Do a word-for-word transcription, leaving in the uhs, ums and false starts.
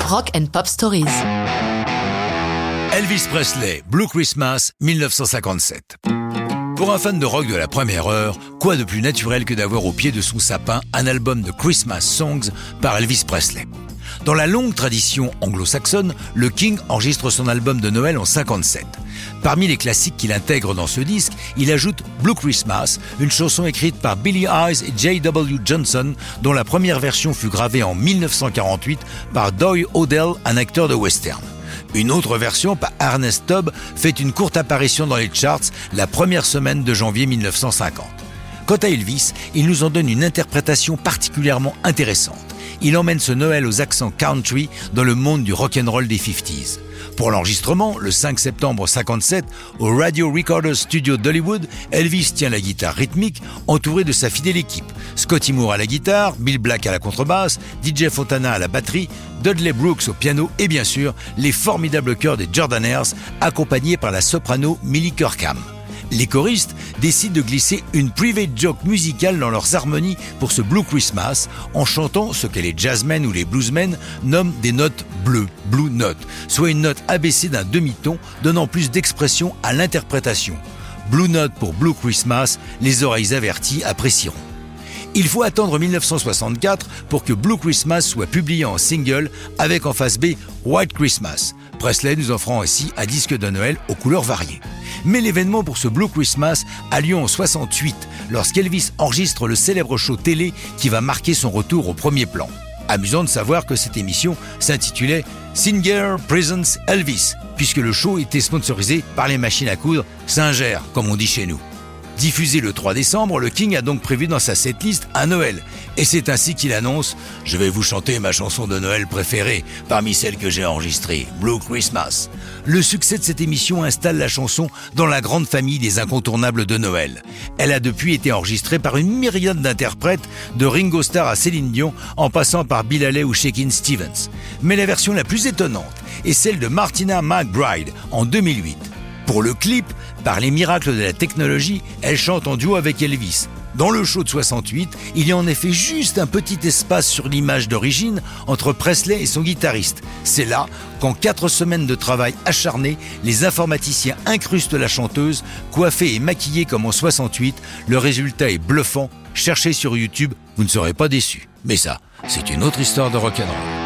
Rock and Pop Stories. Elvis Presley, Blue Christmas, dix-neuf cent cinquante-sept. Pour un fan de rock de la première heure, quoi de plus naturel que d'avoir au pied de son sapin un album de Christmas Songs par Elvis Presley. Dans la longue tradition anglo-saxonne, le King enregistre son album de Noël en cinquante-sept. Parmi les classiques qu'il intègre dans ce disque, il ajoute Blue Christmas, une chanson écrite par Billy Eyes et J W Johnson, dont la première version fut gravée en dix-neuf cent quarante-huit par Doyle Odell, un acteur de western. Une autre version, par Ernest Tubb, fait une courte apparition dans les charts la première semaine de janvier dix-neuf cent cinquante. Quant à Elvis, il nous en donne une interprétation particulièrement intéressante. Il emmène ce Noël aux accents country dans le monde du rock'n'roll des cinquantaines. Pour l'enregistrement, le cinq septembre cinquante-sept, au Radio Recorders Studio d'Hollywood, Elvis tient la guitare rythmique entouré de sa fidèle équipe. Scotty Moore à la guitare, Bill Black à la contrebasse, D J Fontana à la batterie, Dudley Brooks au piano et bien sûr, les formidables chœurs des Jordanaires accompagnés par la soprano Millie Kirkham. Les choristes décident de glisser une private joke musicale dans leurs harmonies pour ce Blue Christmas en chantant ce que les jazzmen ou les bluesmen nomment des notes bleues, blue note, soit une note abaissée d'un demi-ton donnant plus d'expression à l'interprétation. Blue note pour Blue Christmas, les oreilles averties apprécieront. Il faut attendre dix-neuf cent soixante-quatre pour que Blue Christmas soit publié en single avec en face B White Christmas. Presley nous offrant ainsi un disque de Noël aux couleurs variées. Mais l'événement pour ce Blue Christmas a lieu en soixante-huit, lorsqu'Elvis enregistre le célèbre show télé qui va marquer son retour au premier plan. Amusant de savoir que cette émission s'intitulait Singer Presents Elvis, puisque le show était sponsorisé par les machines à coudre Singer, comme on dit chez nous. Diffusé le trois décembre, le King a donc prévu dans sa setlist un Noël. Et c'est ainsi qu'il annonce « Je vais vous chanter ma chanson de Noël préférée, parmi celles que j'ai enregistrées, Blue Christmas ». Le succès de cette émission installe la chanson dans la grande famille des incontournables de Noël. Elle a depuis été enregistrée par une myriade d'interprètes, de Ringo Starr à Céline Dion, en passant par Bill Haley ou Shakin' Stevens. Mais la version la plus étonnante est celle de Martina McBride en deux mille huit. Pour le clip, par les miracles de la technologie, elle chante en duo avec Elvis. Dans le show de soixante-huit, il y a en effet juste un petit espace sur l'image d'origine entre Presley et son guitariste. C'est là qu'en quatre semaines de travail acharné, les informaticiens incrustent la chanteuse, coiffée et maquillée comme en soixante-huit. Le résultat est bluffant. Cherchez sur YouTube, vous ne serez pas déçus. Mais ça, c'est une autre histoire de rock'n'roll.